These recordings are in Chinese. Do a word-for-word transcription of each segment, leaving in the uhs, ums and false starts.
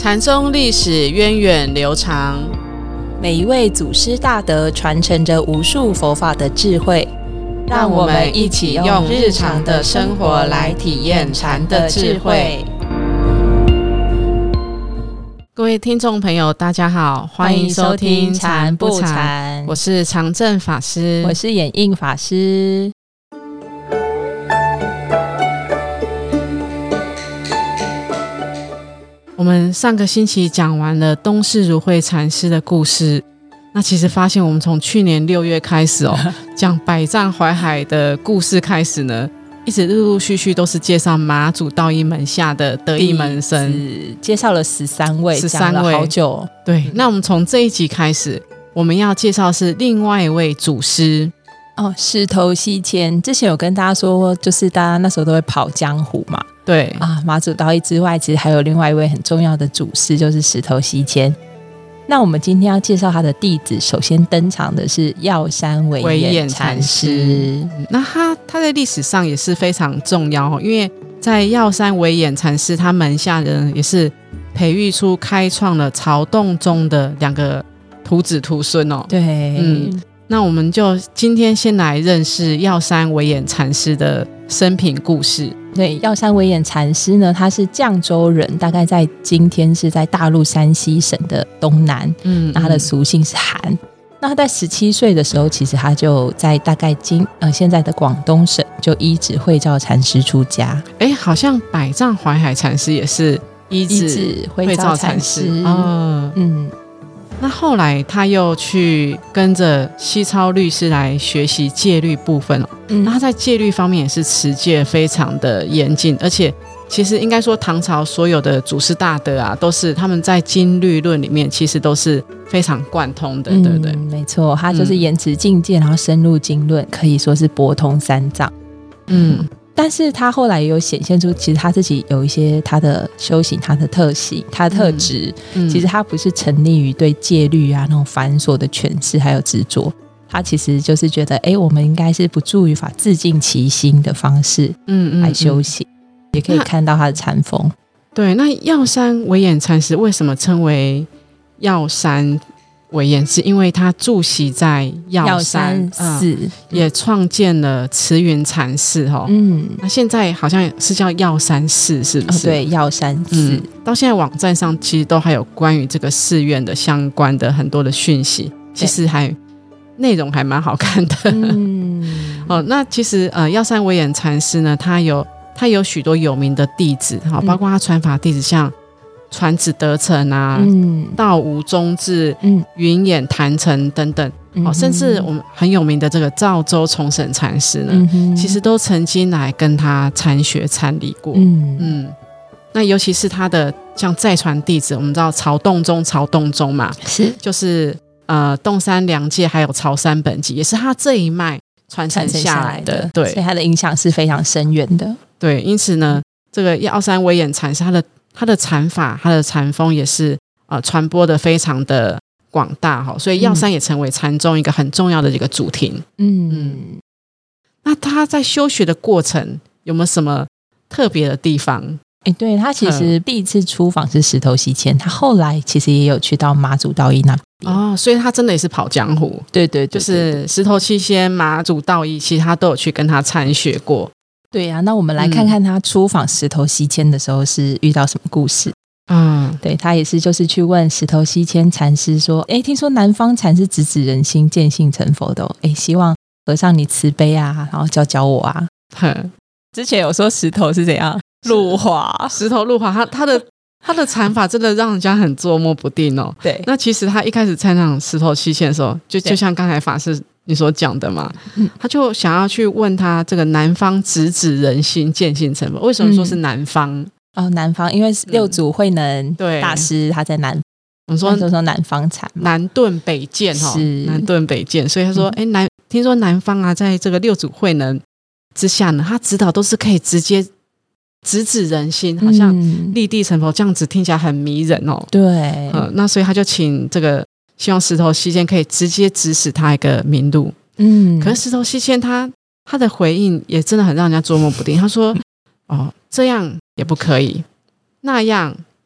禅宗历史源远流长， 每一位祖师大德传承着无数佛法的智慧， 让我们一起用日常的生活来体验禅的智慧。各位听众朋友大家好，欢迎收听禅不禅，我是常正法师， 我是演印法师。 我们上个星期讲完了东市如慧禅师的故事，那其实发现我们从去年六月开始哦，讲百丈怀海的故事开始呢，一直陆陆续续都是介绍马祖道一门下的得意门生， 介绍了十三位， 十三位， 讲了好久。 对，那我们从这一集开始，我们要介绍是另外一位祖师哦，石头西迁。之前有跟大家说，就是大家那时候都会跑江湖嘛。 对啊，马祖道一之外，其实还有另外一位很重要的祖师，就是石头西迁。那我们今天要介绍他的弟子，首先登场的是药山惟演禅师。 那他他在历史上也是非常重要，因为在药山惟演禅师他门下人也是培育出开创了曹洞宗的两个徒子徒孙哦。 对， 嗯，那我们就今天先来认识药山惟演禅师的生平故事。 对，药山惟演禅师呢，他是绛州人，大概在今天是在大陆山西省的东南。嗯，那他的俗姓是韩。那他在十七岁的时候，其实他就在大概今呃现在的广东省就依止慧照禅师出家。 哎，好像百丈怀海禅师也是依止慧照禅师。哦，嗯。那后来他又去跟着西超律师来学习戒律部分哦。嗯，那他在戒律方面也是持戒非常的严谨，而且其实应该说唐朝所有的祖师大德啊，都是他们在经律论里面其实都是非常贯通的，嗯，对不对？ 没错，他就是言辞境界，然后深入经论，可以说是博通三藏。嗯，但是他后来也有显现出，其实他自己有一些他的修行，他的特性，他的特质，嗯嗯，其实他不是沉溺于对戒律啊那种繁琐的诠释还有执着，他其实就是觉得，哎，我们应该是不住于法，自净其心的方式，嗯嗯，来修行，嗯嗯，也可以看到他的禅风。 对，那药山惟演禅师为什么称为药山惟演，是因为他住席在药山寺，嗯，也创建了慈云禅寺，哦，嗯，那现在好像是叫药山寺，是不是？ 哦，对，药山寺，嗯， 到现在网站上其实都还有关于这个寺院的相关的很多的讯息，其实还内容还蛮好看的。嗯，哦，那其实呃，药山惟演禅师呢，他有他有许多有名的弟子，哦，包括他传法弟子像传子德成啊，嗯，道无宗智，嗯，云演坛城等等，嗯，哦，甚至我们很有名的这个赵州崇省禅师呢，嗯，其实都曾经来跟他参学参礼过。嗯嗯，那尤其是他的像再传弟子，我们知道曹洞宗曹洞宗嘛，是就是呃洞山良介还有曹山本纪，也是他这一脉传承下来的，来的对， 所以他的影响是非常深远的。 对，因此呢，这个药山惟演禅师他的他的禅法，他的禅风也是呃传播的非常的广大，哦，所以药山也成为禅宗一个很重要的一个主题。嗯嗯，那他在修学的过程有没有什么特别的地方？ 哎，对，他其实第一次出访是石头西迁，他后来其实也有去到马祖道一那边哦，所以他真的也是跑江湖。 对对 对, 对, 对, 对， 就是石头西迁、马祖道一，其实他都有去跟他参学过。 对啊，那我们来看看他出访石头西迁的时候是遇到什么故事。嗯，对，他也是就是去问石头西迁禅师说，哎，听说南方禅师直指人心，见性成佛的，哦，哎，希望和尚你慈悲啊，然后教教我啊。之前有说石头是怎样入华， 石头入华，他他的他的禅法真的让人家很捉摸不定哦。对，那其实他一开始参上石头西迁的时候，就就像刚才法师你所讲的嘛，嗯，他就想要去问他这个南方直指人心，见性成佛，为什么说是南方？嗯， 哦，南方，因为六祖慧能大师他在南，嗯，我们说说南方禅， 南顿北渐，哦，南顿北渐，所以他说，哎，嗯，南听说南方啊，在这个六祖慧能之下呢，他指导都是可以直接直指人心，好像立地成佛，这样子听起来很迷人哦。 对， 呃，那所以他就请这个希望石头西迁可以直接指使他一个明路。嗯，可是石头西迁他他的回应也真的很让人家捉摸不定。他说：“哦，这样也不可以，那样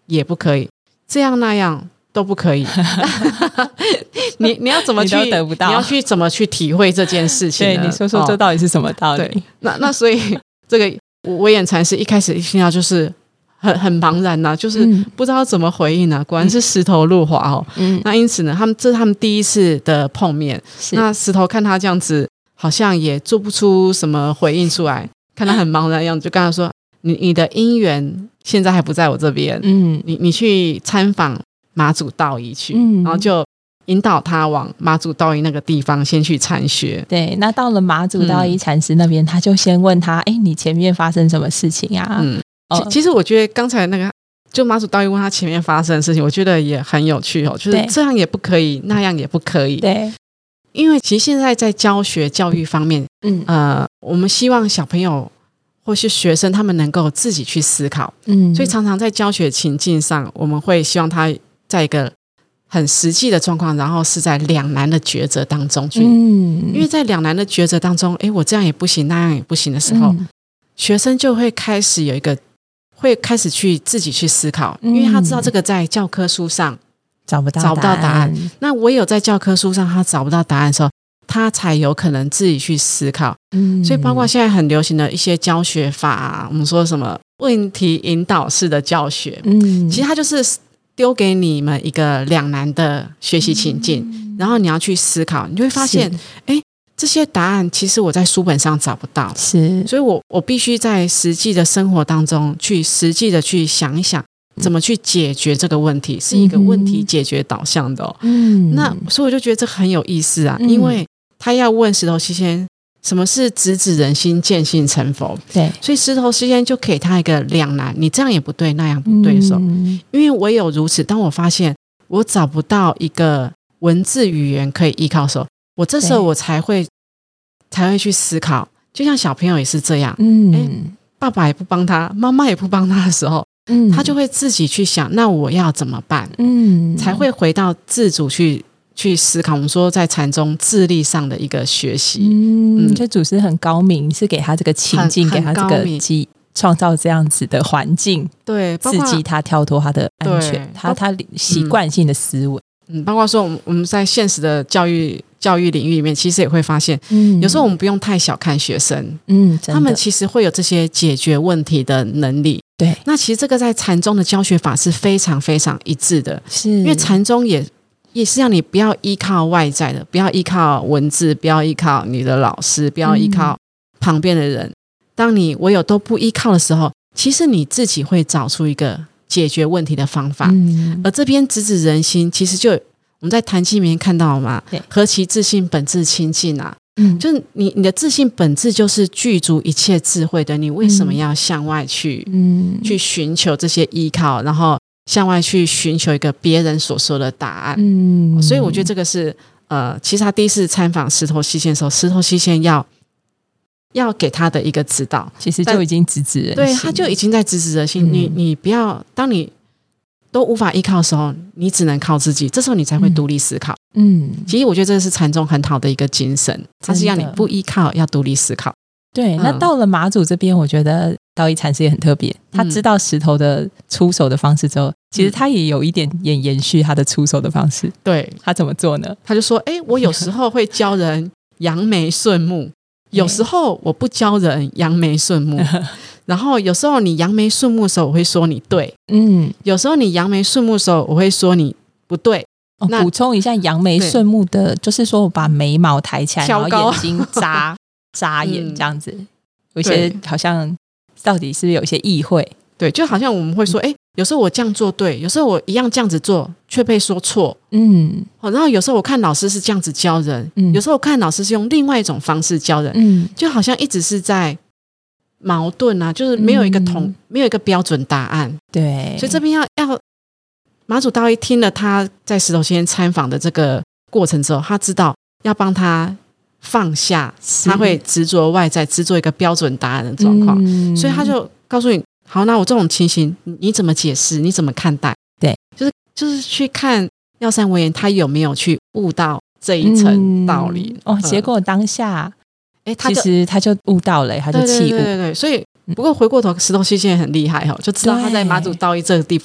也不可以，这样那样都不可以。你你要怎么去你都得不到， 你要去怎么去体会这件事情呢？ 对，你说说这到底是什么道理？ 哦、对，那那所以这个维演禅师一开始一听到就是很很茫然呐、啊，就是不知道怎么回应啊。嗯、果然是石头路滑哦。嗯，那因此呢，他们这是他们第一次的碰面。那石头看他这样子，好像也做不出什么回应出来，看他很茫然的样子，就跟他说：“你你的姻缘现在还不在我这边，嗯，你你去参访马祖道一去，嗯，然后就引导他往马祖道一那个地方先去参学。 对，那到了马祖道一禅师那边，嗯、他就先问他：哎，你前面发生什么事情啊？嗯。” 其, 其实我觉得刚才那个就马祖道一问他前面发生的事情，我觉得也很有趣哦，就是这样也不可以，那样也不可以。 对， 因为其实现在在教学教育方面，嗯呃，我们希望小朋友或是学生他们能够自己去思考，嗯，所以常常在教学情境上，我们会希望他在一个很实际的状况，然后是在两难的抉择当中去，嗯，因为在两难的抉择当中，哎，我这样也不行，那样也不行的时候，嗯、学生就会开始有一个。会开始去自己去思考，因为他知道这个在教科书上找不到找不到答案。那唯有在教科书上他找不到答案的时候，他才有可能自己去思考。嗯，所以包括现在很流行的一些教学法、啊，我们说什么问题引导式的教学，嗯，其实它就是丢给你们一个两难的学习情境，嗯、然后你要去思考，你就会发现，哎。这些答案其实我在书本上找不到， 是， 所以我我必须在实际的生活当中去实际的去想一想，怎么去解决这个问题，嗯、是一个问题解决导向的、哦。嗯，那所以我就觉得这很有意思啊，嗯、因为他要问石头西仙什么是直指人心，见性成佛。 对， 所以石头西仙就给他一个两难，你这样也不对，那样不对的时候，嗯、因为唯有如此，当我发现我找不到一个文字语言可以依靠的时候。我这时候我才会才会去思考，就像小朋友也是这样，嗯，诶爸爸也不帮他，妈妈也不帮他的时候，嗯，他就会自己去想，那我要怎么办？嗯，才会回到自主去去思考。我们说在禅宗智力上的一个学习， 嗯，这祖师很高明，是给他这个情境，给他这个机。创造这样子的环境， 对， 刺激他跳脱他的安全，他他习惯性的思维。 嗯，包括说我们我们在现实的教育教育领域里面，其实也会发现，嗯，有时候我们不用太小看学生，嗯，他们其实会有这些解决问题的能力。 对， 那其实这个在禅宗的教学法是非常非常一致的， 是因为禅宗也也是让你不要依靠外在的，不要依靠文字，不要依靠你的老师，不要依靠旁边的人。嗯、当你唯有都不依靠的时候，其实你自己会找出一个解决问题的方法，嗯、而这边直指人心，其实就我们在坛经里面看到嘛，何其自性本自清净啊！嗯、就是你你的自性本质就是具足一切智慧的，你为什么要向外去、嗯、去寻求这些依靠，然后向外去寻求一个别人所说的答案？嗯、所以我觉得这个是呃，其实他第一次参访石头西仙的时候，石头西仙要。要给他的一个指导， 其实就已经直指人心， 对，他就已经在直指人心。嗯、你你不要，当你都无法依靠的时候，你只能靠自己，这时候你才会独立思考。嗯，其实我觉得这是禅宗很好的一个精神，它是让你不依靠，要独立思考。 对，嗯、那到了马祖这边，我觉得道一禅师也很特别，他知道石头的出手的方式之后，嗯、其实他也有一点点延续他的出手的方式。 对， 他怎么做呢？ 他就说：“哎，我有时候会教人扬眉顺目。”有时候我不教人扬眉顺目，然后有时候你扬眉顺目的时候，我会说你对，嗯，有时候你扬眉顺目的时候，我会说你不对。 哦、那补充一下，扬眉顺目的就是说我把眉毛抬起来，然后眼睛眨眨眼这样子，嗯、有些好像到底是不是有一些意会？ 对，就好像我们会说，哎、嗯，有时候我这样做对，有时候我一样这样子做却被说错，嗯，然后有时候我看老师是这样子教人，嗯，有时候我看老师是用另外一种方式教人，嗯，就好像一直是在矛盾啊，就是没有一个同、嗯、没有一个标准答案， 对， 所以这边要要马祖道一听了他在石头西仙参访的这个过程之后，他知道要帮他放下，他会执着外在，执着一个标准答案的状况，嗯、所以他就告诉你。好，那我这种情形你怎么解释？你怎么看待？ 对， 就是就是去看药膳唯言他有没有去悟到这一层道理、 嗯、哦。结果当下，哎、欸，其实他就悟到了，他就弃悟。 对对对对对，所以不过回过头，石头西仙也很厉害哦，就知道他在马祖道一这个地方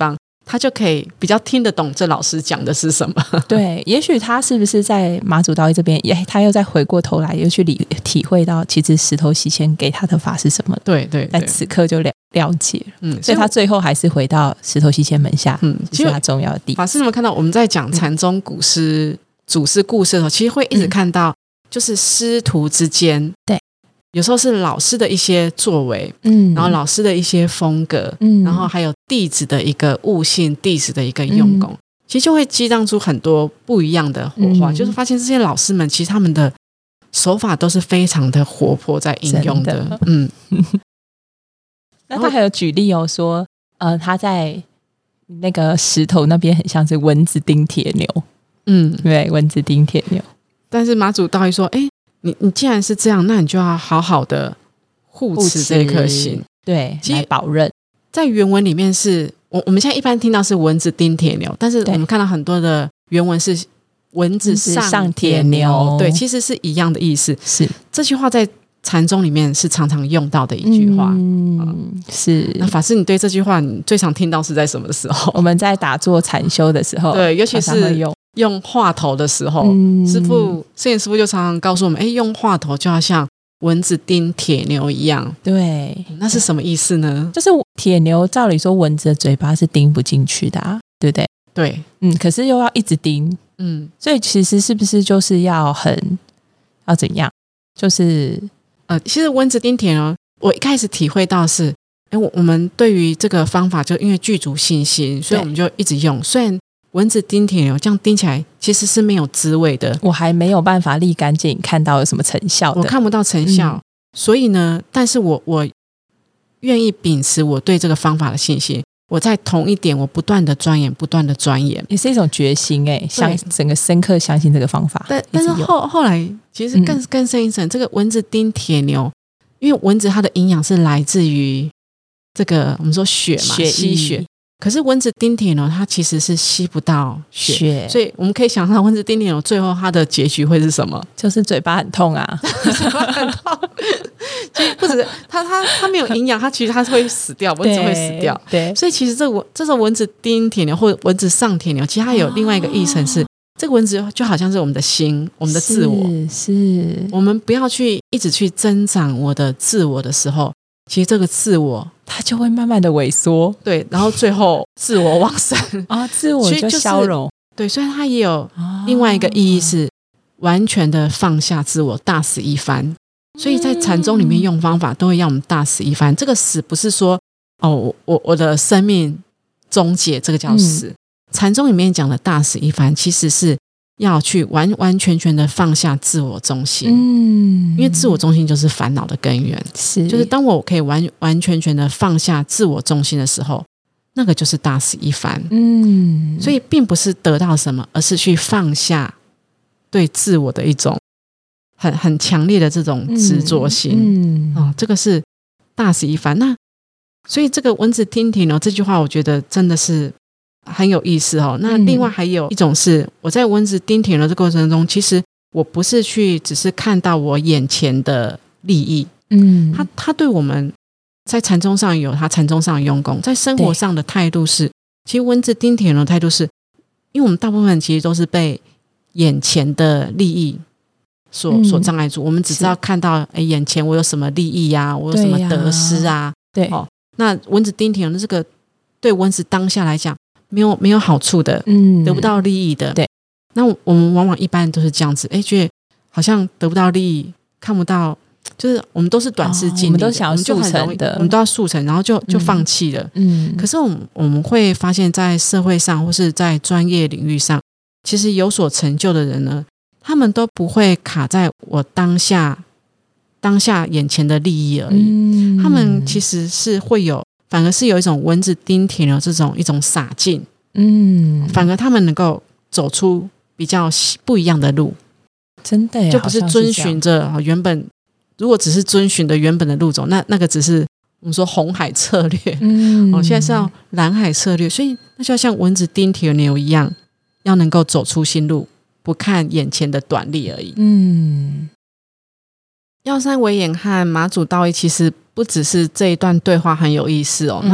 他就可以比较听得懂这老师讲的是什么。 对，也许他是不是在马祖道一这边，也他又再回过头来又去理体会到，其实石头西迁给他的法是什么？ 对对， 在此刻就了了解了。 嗯， 所以他最后还是回到石头西迁门下，嗯，是他重要的地方。 法师，你们看到我们在讲禅宗古诗、嗯、祖师故事的时候，其实会一直看到，就是师徒之间， 对。 有时候是老师的一些作为， 嗯， 然后老师的一些风格，嗯，然后还有弟子的一个悟性，弟子的一个用功，嗯、其实就会激荡出很多不一样的火花。嗯、就是发现这些老师们，其实他们的手法都是非常的活泼，在应用的。的嗯， 那他还有举例哦，说呃，他在那个石头那边很像是蚊子叮铁牛，嗯，对，蚊子叮铁牛。 但是马祖道一说，哎。你你既然是这样，那你就要好好的护持这颗心， 对，来保任。 在原文里面是我我们现在一般听到是蚊子叮铁牛，但是我们看到很多的原文是蚊子上铁牛，对，其实是一样的意思。 是这句话在禅宗里面是常常用到的一句话。 嗯，嗯是。 那法师，你对这句话你最常听到是在什么的时候？ 我们在打坐禅修的时候， 对，尤其是用。用话头的时候，嗯、师父圣严师父就常常告诉我们，哎，用话头就要像蚊子叮铁牛一样。 对， 那是什么意思呢？ 就是铁牛照理说蚊子的嘴巴是叮不进去的啊，对不对？ 对， 嗯，可是又要一直叮，嗯，所以其实是不是就是要很要怎样？就是呃，其实蚊子叮铁牛，我一开始体会到是，哎，我我们对于这个方法就因为具足信心，所以我们就一直用，虽然。蚊子叮铁牛，这样叮起来其实是没有滋味的。 我还没有办法立竿见影看到有什么成效的， 我看不到成效。嗯、所以呢，但是我我愿意秉持我对这个方法的信心，我在同一点我不断的钻研，不断的钻研， 也是一种决心哎、欸，相整个深刻相信这个方法。 但但是后后来其实更、嗯、更深一层，这个蚊子叮铁牛，因为蚊子它的营养是来自于这个我们说血嘛， 血吸血。可是蚊子叮铁牛它其实是吸不到 血, 血所以我们可以想象蚊子叮铁牛最后它的结局会是什么？ 就是嘴巴很痛啊嘴巴很痛其实不止它它它没有营养，它其实它会死掉，蚊子会死掉。 对， 所以其实这个这种蚊子叮铁牛或者蚊子上铁牛，其实它有另外一个意思是、哦、这个蚊子就好像是我们的心，我们的自我， 是, 是我们不要去一直去增长我的自我的时候，其实这个自我它就会慢慢的萎缩， 对，然后最后自我往生啊，自我就消融、就是、 对，所以它也有另外一个意义是完全的放下自我，大死一番。所以在禅宗里面用方法都会让我们大死一番。这个死不是说哦，我我的生命终结，这个叫死、嗯、禅宗里面讲的大死一番其实是要去完完全全的放下自我中心，嗯，因为自我中心就是烦恼的根源， 是， 就是当我可以完完全全的放下自我中心的时候，那个就是大死一番，嗯，所以并不是得到什么，而是去放下对自我的一种很很强烈的这种执着心，嗯，嗯哦，这个是大死一番。那所以这个蚊子叮铁牛这句话，我觉得真的是很有意思哦。那另外还有一种是，我在蚊子叮铁牛的过程中，其实我不是去只是看到我眼前的利益，嗯，他他对我们在禅宗上有他禅宗上的用功，在生活上的态度是，其实蚊子叮铁牛的态度是，因为我们大部分其实都是被眼前的利益所、嗯、所障碍住，我们只知道看到哎，眼前我有什么利益啊，我有什么得失啊， 对、啊、 哦，那蚊子叮铁牛这个对蚊子当下来讲没有没有好处的，嗯，得不到利益的， 对。 那我们往往一般都是这样子，哎，觉得好像得不到利益，看不到，就是我们都是短视近利、哦，我们都想要速成的， 我们都要速成，然后就就放弃了。嗯，可是我们我们会发现，在社会上或是在专业领域上，其实有所成就的人呢，他们都不会卡在我当下当下眼前的利益而已，嗯、他们其实是会有。反而是有一种蚊子叮铁牛这种一种洒劲，嗯，反而他们能够走出比较不一样的路， 真的耶， 就不是遵循着原本，如果只是遵循的原本的路走，那那个只是我们说红海策略，嗯，哦，现在是要蓝海策略，所以那就要像蚊子叮铁牛一样，要能够走出新路，不看眼前的短利而已。嗯，药山惟演和马祖道一其实不只是这一段对话很有意思哦，嗯、那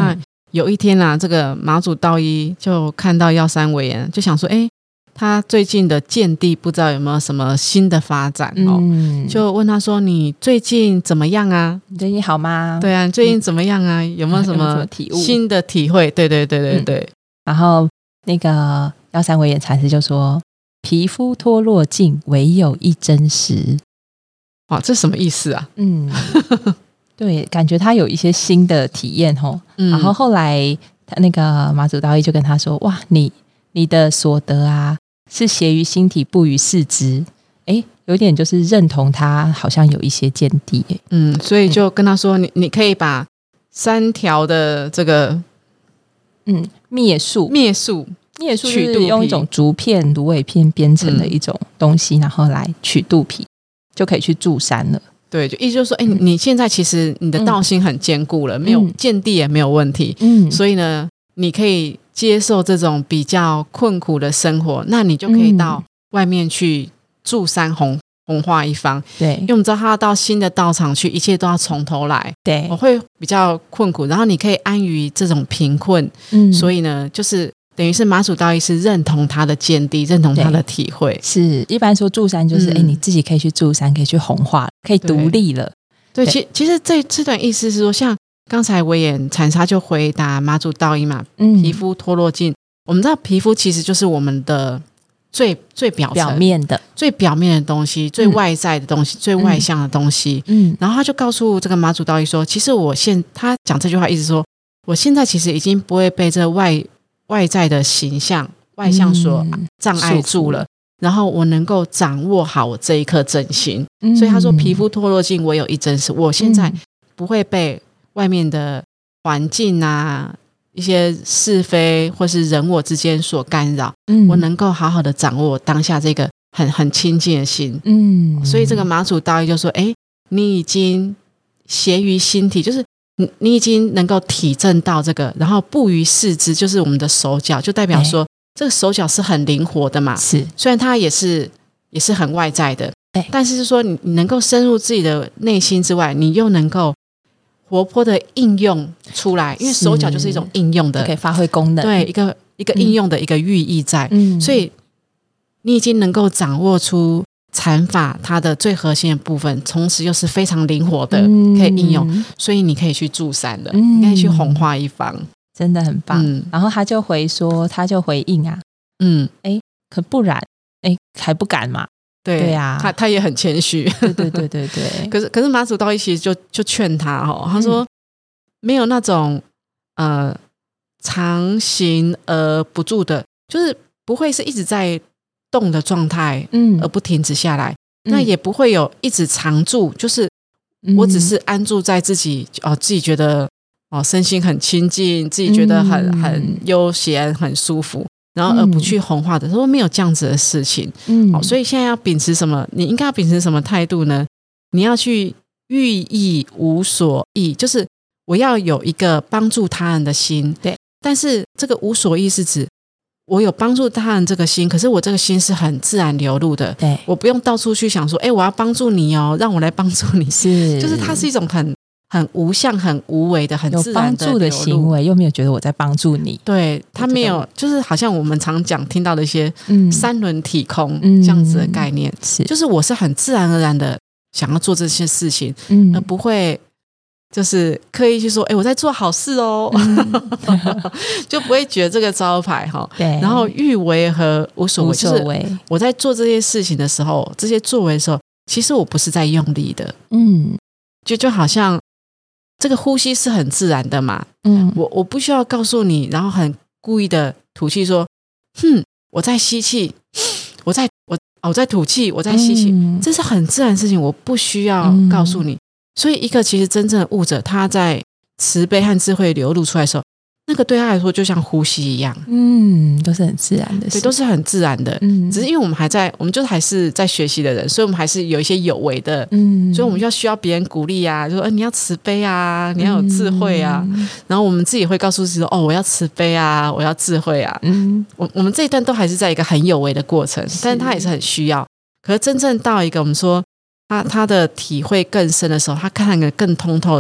有一天啊，这个马祖道一就看到药山惟彦，就想说，哎，他最近的见地不知道有没有什么新的发展哦，嗯、就问他说：“你最近怎么样啊？ 你最近好吗？ 对啊，你最近怎么样啊？嗯、有没有什么新的体会？”对对对对对。嗯、 然后那个药山惟彦禅师就说：“皮肤脱落尽，唯有一真实。” 哇，这什么意思啊？ 嗯，对，感觉他有一些新的体验哦。嗯、然后后来他那个马祖道一就跟他说：“哇，你你的所得啊，是协于心体，不于四肢。”哎，有点就是认同他好像有一些见地。 嗯，所以就跟他说：“你你可以把三条的这个嗯灭树灭树灭树就是用一种竹片、芦苇片编成的一种东西，嗯、然后来取肚皮。”就可以去住山了。 对，就意思就是说，哎、欸，你现在其实你的道心很坚固了，嗯、没有见地也没有问题，嗯，所以呢，你可以接受这种比较困苦的生活，那你就可以到外面去住山弘弘化一方。 对， 因为我们知道他要到新的道场去，一切都要从头来， 对， 我会比较困苦，然后你可以安于这种贫困，嗯，所以呢，就是等于是马祖道一是认同他的见地，认同他的体会。 是一般说住山就是，哎、嗯，你自己可以去住山，可以去弘化，可以独立了。 对，对，其其实这这段意思是说，像刚才惟彦禅师就回答马祖道一嘛，嗯，皮肤脱落尽，我们知道皮肤其实就是我们的最最表层表面的、 最表面的东西，最外在的东西，嗯、最外向的东西。嗯，然后他就告诉这个马祖道一说，其实我现他讲这句话意思说，我现在其实已经不会被这外外在的形象、外向所障碍住了，嗯、然后我能够掌握好我这一颗真心。嗯、所以他说，皮肤脱落尽，唯有一真实。我现在不会被外面的环境啊、一些是非或是人我之间所干扰。嗯、我能够好好的掌握我当下这个很很亲近的心。嗯，所以这个马祖道一就说：“哎，你已经协于心体，就是。”你你已经能够体证到这个，然后不于四肢，就是我们的手脚，就代表说、欸、这个手脚是很灵活的嘛。 是， 虽然它也是也是很外在的，欸、但是是说你你能够深入自己的内心之外，你又能够活泼的应用出来，因为手脚就是一种应用的， 可以发挥功能， 对，一个一个应用的一个寓意在。嗯，所以你已经能够掌握出。禅法它的最核心的部分，同时又是非常灵活的，嗯、可以应用，所以你可以去住山了，嗯、你可以去弘化一方， 真的很棒。嗯、然后他就回说，他就回应啊，嗯，哎，可不然，哎，还不敢嘛？ 对对啊， 他他也很谦虚， 对对对对对。 可是可是马祖道一其实就就劝他哈、哦，他说、嗯、没有那种呃常行而不住的，就是不会是一直在。动的状态，嗯，而不停止下来，嗯、那也不会有一直常住，就是我只是安住在自己哦，自己觉得哦身心很清净，自己觉得很、嗯、很悠闲、很舒服，然后而不去弘化的，他说没有这样子的事情，嗯、哦，所以现在要秉持什么？你应该要秉持什么态度呢？你要去寓意无所益，就是我要有一个帮助他人的心， 对， 但是这个无所益是指。我有帮助他人这个心，可是我这个心是很自然流露的， 对， 我不用到处去想说，哎，我要帮助你哦，让我来帮助你， 是， 就是它是一种很很无相、很无为的、很自然的有帮助的行为，又没有觉得我在帮助你， 对，他没有，就是好像我们常讲听到的一些三轮体空、嗯、这样子的概念， 是， 就是我是很自然而然的想要做这些事情，嗯、而不会。就是刻意去说，哎，我在做好事哦，嗯、就不会觉得这个招牌哈。 对。 然后欲为和无所谓， 无所谓就是我在做这些事情的时候，这些作为的时候，其实我不是在用力的。 嗯。 就就好像这个呼吸是很自然的嘛。嗯。我我不需要告诉你，然后很故意的吐气说，哼，我在吸气，我在我我在吐气，我在吸气，嗯、这是很自然的事情，我不需要告诉你。嗯所以一个其实真正的悟者，他在慈悲和智慧流露出来的时候，那个对他来说就像呼吸一样， 嗯，都是很自然的事， 对，都是很自然的。嗯，只是因为我们还在，我们就是还是在学习的人，所以我们还是有一些有为的，嗯，所以我们要需要别人鼓励啊，就说，呃，你要慈悲啊，你要有智慧啊，嗯、然后我们自己会告诉自己说，哦，我要慈悲啊，我要智慧啊，嗯，我我们这一段都还是在一个很有为的过程，但是他也是很需要。可是真正到一个我们说。他他的体会更深的时候，他看得更通透的时候，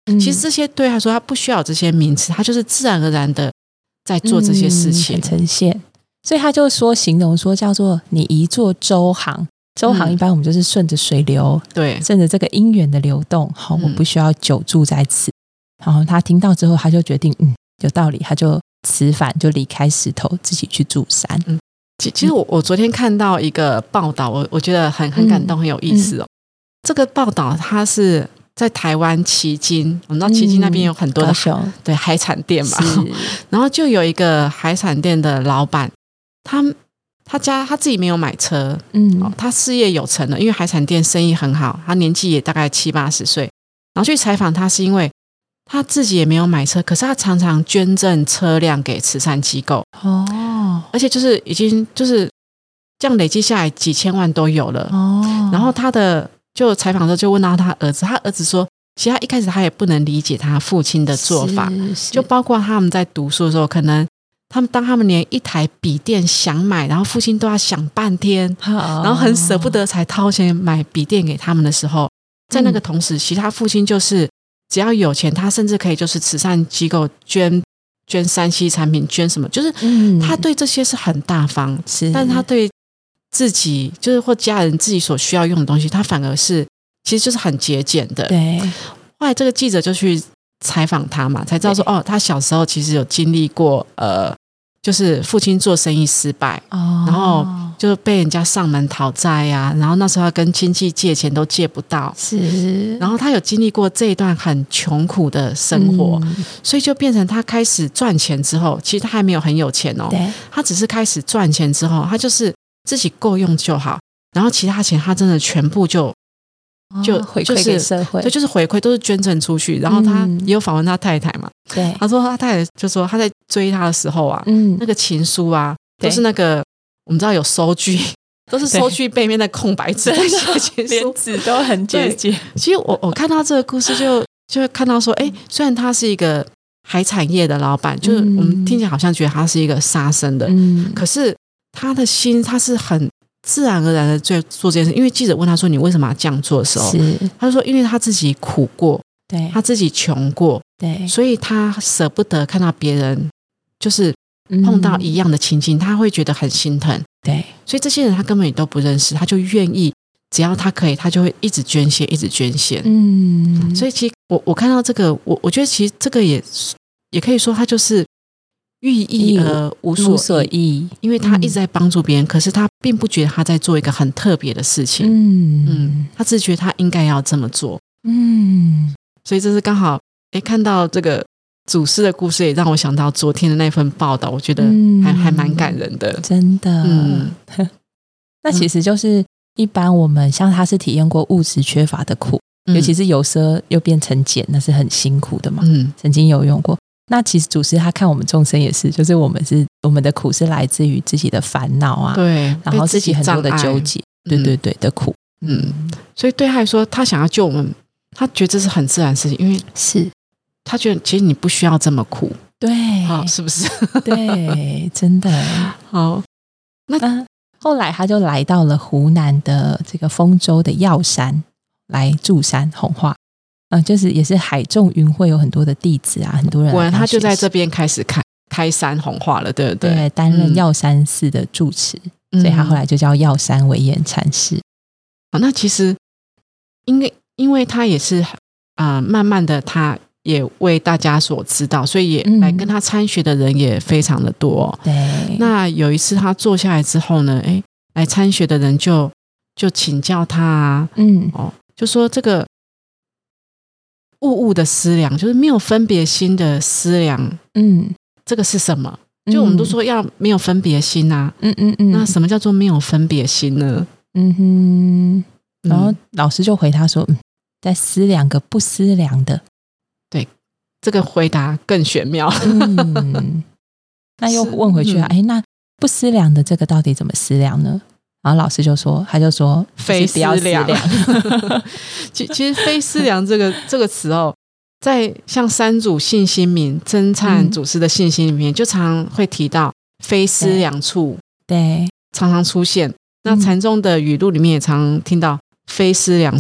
嗯、其实这些对他说他不需要有这些名词，他就是自然而然的在做这些事情、 嗯、呈现。所以他就说形容说叫做你一座舟航，舟航一般我们就是顺着水流，对、嗯，顺着这个因缘的流动，好、嗯，我不需要久住在此。然后他听到之后，他就决定，嗯，有道理，他就辞返，就离开石头，自己去住山。嗯， 其其实我我昨天看到一个报道，我我觉得很很感动，嗯、很有意思哦。嗯、这个报道它是在台湾旗津，我们知道旗津那边有很多的、嗯、对海产店嘛，然后就有一个海产店的老板。他他家他自己没有买车，嗯、哦，他事业有成了，因为海产店生意很好，他年纪也大概七八十岁。然后去采访他，是因为他自己也没有买车，可是他常常捐赠车辆给慈善机构哦，而且就是已经就是这样累积下来几千万都有了哦。然后他的就采访的时候就问到他儿子，他儿子说，其实他一开始他也不能理解他父亲的做法，就包括他们在读书的时候，可能。他们当他们连一台笔电想买，然后父亲都要想半天，哦、然后很舍不得才掏钱买笔电给他们的时候，在那个同时，其实他父亲就是只要有钱，他甚至可以就是慈善机构捐捐三 C 产品，捐什么，就是他对这些是很大方，嗯、但是他对自己就是或家人自己所需要用的东西，他反而是其实就是很节俭的。对，后来这个记者就去采访他嘛，才知道说哦，他小时候其实有经历过呃，就是父亲做生意失败，哦、然后就被人家上门讨债呀、啊，然后那时候要跟亲戚借钱都借不到，是，然后他有经历过这一段很穷苦的生活，嗯、所以就变成他开始赚钱之后，其实他还没有很有钱哦，他只是开始赚钱之后，他就是自己够用就好，然后其他钱他真的全部就。就、 哦、回馈给社会， 对，就是回馈都是捐赠出去。然后他也有访问他太太嘛，对、嗯，他说他太太就说他在追他的时候啊，嗯，那个情书啊，都是那个我们知道有收据，都是收据背面的空白纸在写情书， 连纸都很节俭。 其实我我看到这个故事就就会看到说，哎，虽然他是一个海产业的老板，就是我们听起来好像觉得他是一个杀生的，嗯，可是他的心他是很。自然而然的做做这件事，因为记者问他说：“你为什么要这样做？”的时候，他就说：“因为他自己苦过，对，他自己穷过，对，所以他舍不得看到别人就是碰到一样的情境，嗯、他会觉得很心疼。对，所以这些人他根本也都不认识，他就愿意，只要他可以，他就会一直捐献，一直捐献。嗯，所以其实我我看到这个，我我觉得其实这个也也可以说，他就是。”寓意而无所 意, 所意因为他一直在帮助别人、嗯、可是他并不觉得他在做一个很特别的事情，嗯嗯，他只是觉得他应该要这么做，嗯，所以这是刚好诶看到这个祖师的故事，也让我想到昨天的那份报道，我觉得还、嗯、还蛮感人的， 真的，嗯，那其实就是一般我们像他是体验过物质缺乏的苦、嗯、尤其是有奢又变成俭，那是很辛苦的嘛，嗯，曾经有用过。那其实祖师他看我们众生也是，就是我们是我们的苦是来自于自己的烦恼啊，对，然后自己很多的纠结，对对对的苦， 嗯，所以对他来说，他想要救我们，他觉得这是很自然的事情，因为是他觉得其实你不需要这么苦， 对， 好，是不是？ 对，真的好。 那、呃、后来他就来到了湖南的这个丰州的药山来住山弘化。嗯，就是也是海众云会有很多的弟子啊，很多人。 果然他就在这边开始开开山弘化了，对不对？ 对，担任药山寺的住持、嗯，所以他后来就叫药山惟严禅师。 好，那其实因为因为他也是啊、呃，慢慢的他也为大家所知道，所以也来跟他参学的人也非常的多。对、嗯，那有一次他坐下来之后呢，哎，来参学的人就就请教他啊，嗯，哦，就说这个。物物的思量，就是没有分别心的思量，嗯，这个是什么？就我们都说要没有分别心啊，嗯嗯嗯，那什么叫做没有分别心呢？ 嗯哼，然后老师就回他说，嗯，在思量个不思量的， 对，这个回答更玄妙。 嗯，那又问回去啊，哎、嗯，那不思量的这个到底怎么思量呢？然后老师就说，他就说非思量。其其实非思量这个这个词哦，在像三祖信心铭、真忏祖师的信心里面，嗯、就常常会提到非思量处，对，常常出现。那禅宗的语录里面也常听到非思量处，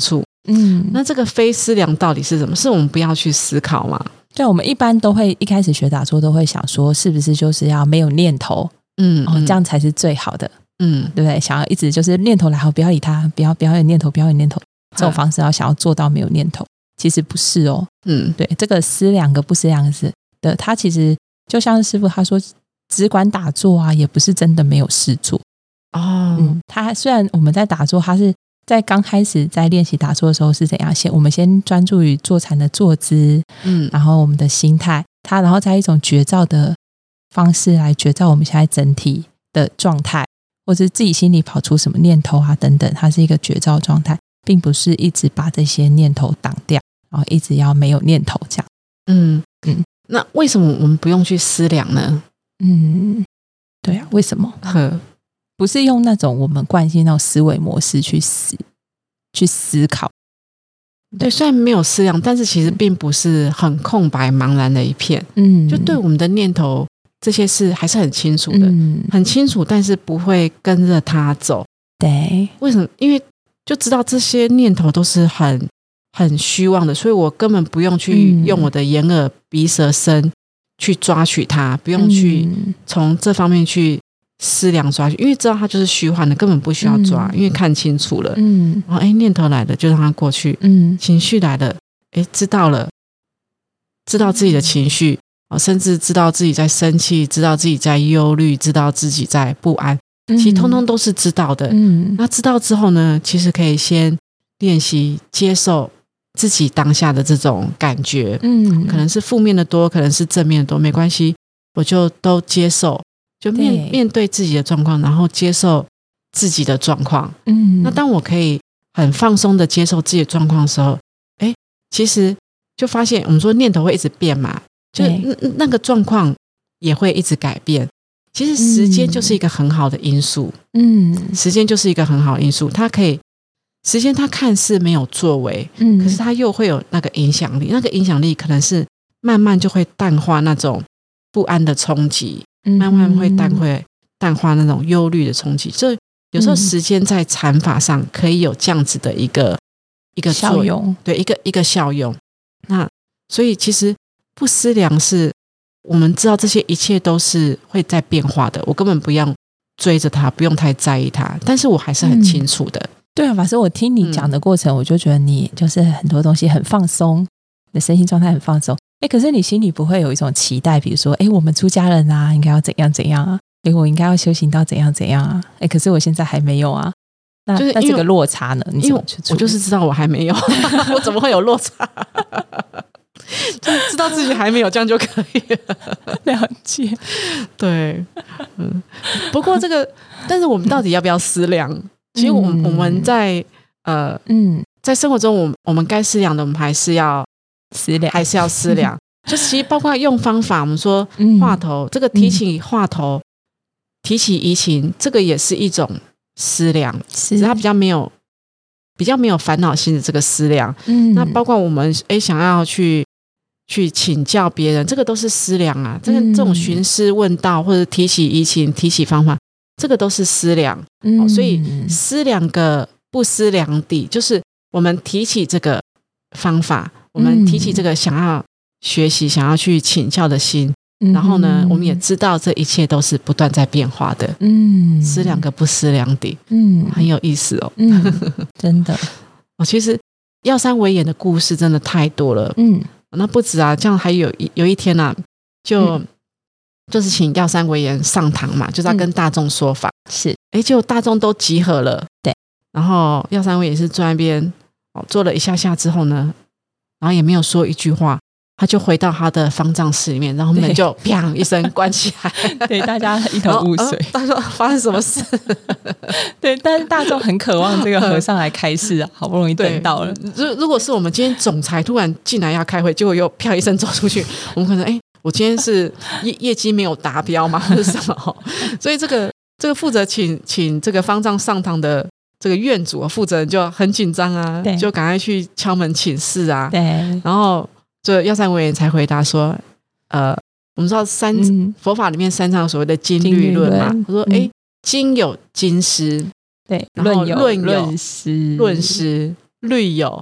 嗯，那这个非思量到底是什么？是我们不要去思考吗？ 对，我们一般都会一开始学打坐都会想说，是不是就是要没有念头，嗯，哦，这样才是最好的，嗯，对不对？想要一直就是念头来后不要理它，不要不要有念头，不要有念头，这种方式要想要做到没有念头，其实不是哦，嗯，对，这个思量个不思量个是的，它其实就像师父他说，只管打坐啊，也不是真的没有事做哦，嗯，他虽然我们在打坐，他是在刚开始在练习打坐的时候是怎样？先我们先专注于坐禅的坐姿，嗯，然后我们的心态，它然后在一种觉照的方式来觉照我们现在整体的状态，或者自己心里跑出什么念头啊等等，它是一个觉照状态，并不是一直把这些念头挡掉，然后一直要没有念头这样。嗯嗯，那为什么我们不用去思量呢？ 嗯，对啊，为什么？呵。不是用那种我们惯性那种思维模式去思去思考， 对，虽然没有思量，但是其实并不是很空白茫然的一片，嗯，就对我们的念头这些事还是很清楚的，嗯，很清楚，但是不会跟着它走。 对， 为什么？因为就知道这些念头都是很很虚妄的，所以我根本不用去用我的眼耳鼻舌身去抓取它，不用去从这方面去思量抓取，因为知道它就是虚幻的，根本不需要抓，嗯，因为看清楚了，嗯，然后哎，念头来了就让它过去，嗯，情绪来了，哎，知道了，知道自己的情绪，哦，甚至知道自己在生气，知道自己在忧虑，知道自己在不安，其实通通都是知道的，嗯，那知道之后呢，其实可以先练习接受自己当下的这种感觉，嗯，可能是负面的多，可能是正面的多，没关系，我就都接受。就 面, 面对自己的状况，然后接受自己的状况。嗯，那当我可以很放松的接受自己的状况的时候，哎，其实就发现我们说念头会一直变嘛，就 那, 那个状况也会一直改变。其实时间就是一个很好的因素。嗯，时间就是一个很好的因素，它可以时间它看似没有作为，嗯，可是它又会有那个影响力，那个影响力可能是慢慢就会淡化那种不安的冲击。慢慢会淡会淡化那种忧虑的冲击，所以有时候时间在禅法上可以有这样子的一个一个作用，对，一个一个效用。那所以其实不思量是我们知道这些一切都是会在变化的，我根本不用追着它，不用太在意它，但是我还是很清楚的。嗯， 对啊，法师，我听你讲的过程，嗯，我就觉得你就是很多东西很放松，你的身心状态很放松。哎，可是你心里不会有一种期待，比如说，哎，我们出家人啊，应该要怎样怎样啊？哎，我应该要修行到怎样怎样啊？哎，可是我现在还没有啊。那就是那这个落差呢？你怎么去处理？ 我就是知道我还没有，我怎么会有落差？就是知道自己还没有，这样就可以了。 了解， 对，嗯。不过这个，但是我们到底要不要思量？其实我们、嗯、我们在呃嗯，在生活中，我们我们该思量的，我们还是要。 思量还是要思量，就其实包括用方法，我们说话头，嗯，这个提起话头，嗯，提起移情，这个也是一种思量，只是它比较没有比较没有烦恼心的这个思量。嗯，那包括我们哎想要去去请教别人，这个都是思量啊。这个这种寻师问道或者提起移情、提起方法，这个都是思量。嗯，哦，所以思量个不思量底，就是我们提起这个方法。我们提起这个想要学习、想要去请教的心，嗯，然后呢，我们也知道这一切都是不断在变化的。嗯，思量个不思量底，嗯，很有意思哦。 嗯，真的。 我其实药山惟演的故事真的太多了。嗯，那不止啊，这样还有有一天啊，就、嗯、就是请药山惟演上堂嘛，就是要跟大众说法。 嗯、是， 哎，结果大众都集合了。 对， 然后药山惟演是坐在那边，哦，坐了一下下之后呢。然后也没有说一句话，他就回到他的方丈室里面，然后门就砰一声关起来。 对，大家一头雾水。 他说发生什么事？ 对，但是大众很渴望这个和尚来开示啊，好不容易等到了。 如如果是我们今天总裁突然进来要开会，结果又啪一声走出去，我们可能哎，我今天是业业绩没有达标吗？或者什么？所以这个这个负责请请这个方丈上堂的。这个院主负责人就很紧张啊，就赶快去敲门请示啊。 对， 然后这药山惟演才回答说：“呃，我们知道三、嗯、佛法里面三藏所谓的经律论嘛，他说：哎、嗯，经有经师， 对， 然后论有论师， 论师，律有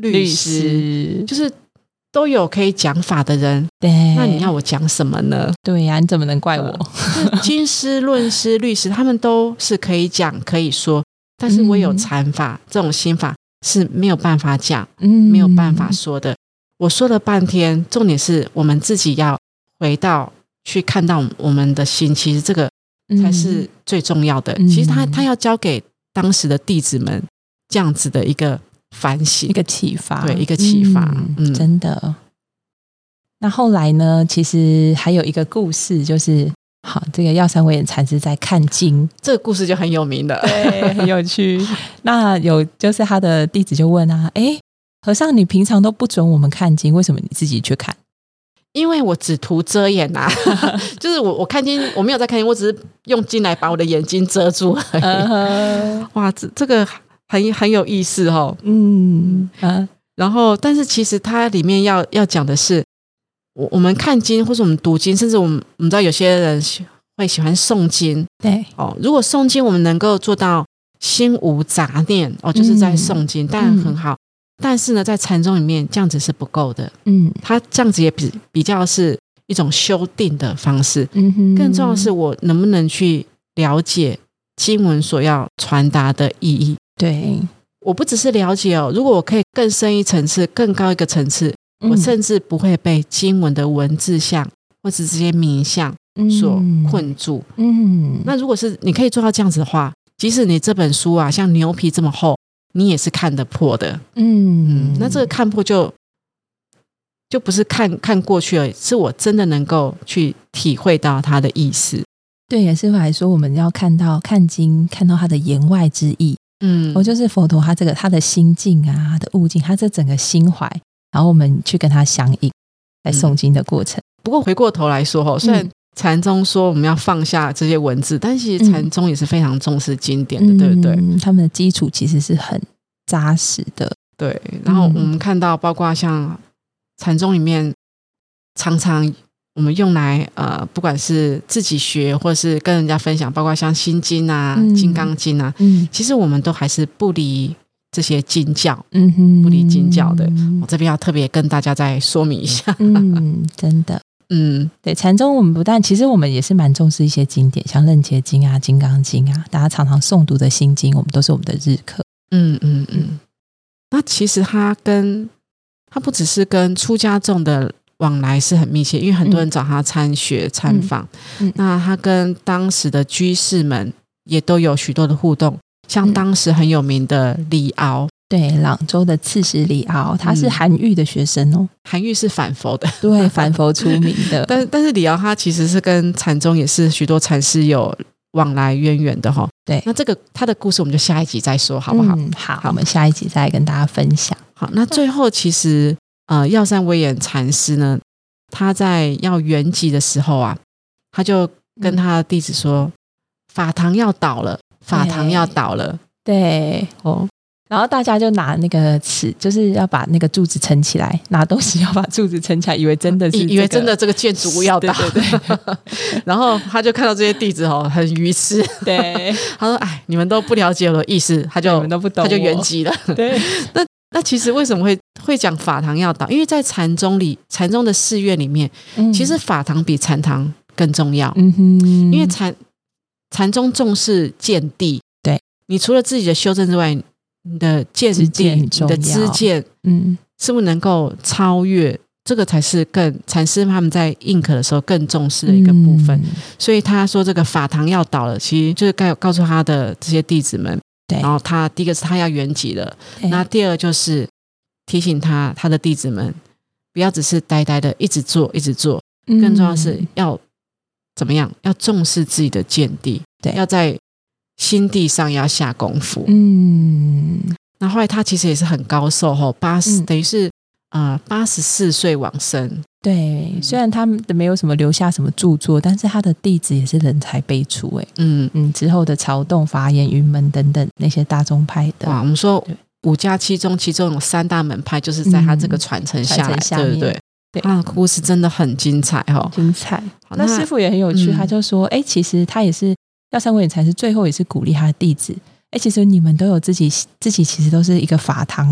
律师，就是都有可以讲法的人， 对， 那你要我讲什么呢？ 对呀、啊，你怎么能怪我？ 呃、经师、论师、律师，他们都是可以讲可以说，但是我有禅法、嗯、这种心法是没有办法讲、嗯、没有办法说的。我说了半天，重点是我们自己要回到去看到我们的心，其实这个才是最重要的、嗯、其实他他要教给当时的弟子们这样子的一个反省， 一个启发， 对，一个启发、 嗯嗯、真的。那后来呢，其实还有一个故事，就是好，这个药山惟远禅师在看经， 这个故事就很有名了， 对，很有趣。那有就是他的弟子就问啊，诶，和尚你平常都不准我们看经，为什么你自己去看？ 因为我只图遮掩啊就是我我看经，我没有在看经，我只是用经来把我的眼睛遮住而已、uh-huh. 哇，这这个很很有意思哦。嗯啊，然后但是其实它里面要要讲的是，我我们看经或者我们读经，甚至我们我们知道有些人会喜欢诵经， 对哦，如果诵经我们能够做到心无杂念哦，就是在诵经，当然很好。但是呢，在禅宗里面这样子是不够的，嗯，它这样子也比比较是一种修定的方式，嗯哼，更重要的是我能不能去了解经文所要传达的意义。 对， 我不只是了解哦，如果我可以更深一层次，更高一个层次，嗯，我甚至不会被经文的文字像或是这些名相所困住。嗯，嗯，那如果是你可以做到这样子的话，即使你这本书啊像牛皮这么厚，你也是看得破的。 嗯, 嗯那这个看破就就不是看看过去而已，是我真的能够去体会到它的意思。 对，也是来说我们要看到看经，看到它的言外之意。嗯，我就是佛陀他这个他的心境啊，他的悟境，他这整个心怀，然后我们去跟他相应，在诵经的过程。嗯， 不过回过头来说，虽然禅宗说我们要放下这些文字，但其实禅宗也是非常重视经典的，嗯，对不对？ 他们的基础其实是很扎实的。 对，然后我们看到包括像禅宗里面常常我们用来呃，不管是自己学或是跟人家分享，包括像心经啊、嗯、金刚经啊，嗯，其实我们都还是不离这些经教，嗯哼，不离经教的。我这边要特别跟大家再说明一下。 嗯，真的。嗯，对，禅宗我们不但其实我们也是蛮重视一些经典，像楞伽经啊、金刚经啊，大家常常诵读的心经，我们都是我们的日课。嗯嗯嗯。 那其实它跟它不只是跟出家众的往来是很密切，因为很多人找他参学参访，嗯嗯，那他跟当时的居士们也都有许多的互动，像当时很有名的李敖， 对，朗州的刺史李敖，他是韩愈的学生哦。 韩愈是反佛的， 对，反佛出名的。 但但是李敖他其实是跟禅宗也是许多禅师有往来渊源的哈。 对， 那这个他的故事我们就下一集再说，好不好？ 嗯，好，好，我们下一集再跟大家分享。 好，那最后其实呃，药山惟远禅师呢，他在要圆寂的时候啊，他就跟他的弟子说：“嗯、法堂要倒了，法堂要倒了。” 对，哦。然后大家就拿那个尺，就是要把那个柱子撑起来，拿东西要把柱子撑起来，以为真的是、这个、 以为真的这个建筑物要倒。对对对然后他就看到这些弟子哦，很愚痴。对，他说：“哎，你们都不了解我的意思。”他就你们都不懂， 他就圆寂了。对，那那其实为什么会会讲法堂要倒？因为在禅宗里，禅宗的寺院里面，嗯、其实法堂比禅堂更重要。嗯哼，因为禅禅宗重视见地，对，你除了自己的修正之外，你的见地、你的知见，嗯，是不是能够超越？这个才是更禅师他们在印可的时候更重视的一个部分。嗯、所以他说这个法堂要倒了，其实就是告告诉他的这些弟子们。对，然后他第一个是他要圆寂了，那第二就是提醒他他的弟子们不要只是呆呆的一直做一直做，嗯、更重要的是要怎么样？要重视自己的见地，对，要在心地上也要下功夫。嗯，那后来他其实也是很高寿吼，八十、嗯、等于是呃八十四岁往生。 对，虽然他没有什么留下什么著作，但是他的弟子也是人才辈出哎。嗯嗯，之后的曹洞、法眼、云门等等那些大宗派的， 哇，我们说五家七宗，其中有三大门派，就是在他这个传承下来，嗯、对不对？对，他的故事真的很精彩哦， 精彩。那师父也很有趣，嗯、他就说，哎，其实他也是药山惟远禅师最后也是鼓励他的弟子，哎，其实你们都有自己自己其实都是一个法堂哦，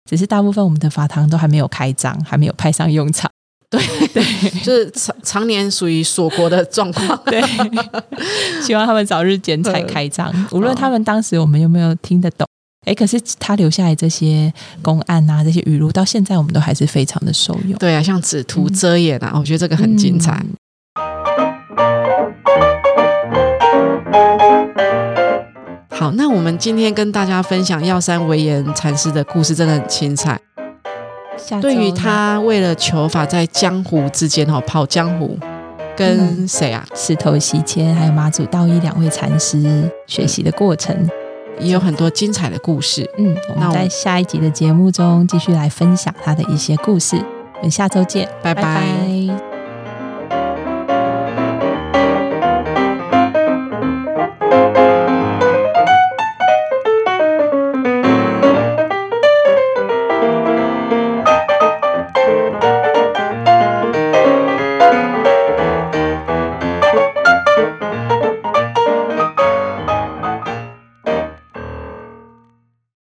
只是大部分我们的法堂都还没有开张，还没有派上用场。 对对，就是常常年属于锁国的状况。 对，希望他们早日剪彩开张。无论他们当时我们有没有听得懂，哎，可是他留下来这些公案啊，这些语录，到现在我们都还是非常的受用。 对啊，像纸图遮掩啊，嗯、我觉得这个很精彩。嗯、好，那我们今天跟大家分享药山惟严禅师的故事，真的很精彩。对于他为了求法在江湖之间、哦、跑江湖，跟谁啊、 嗯、石头喜谦还有马祖道一两位禅师学习的过程， 也有很多精彩的故事。 嗯，我们在下一集的节目中继续来分享他的一些故事。我们下周见， 拜拜。拜拜。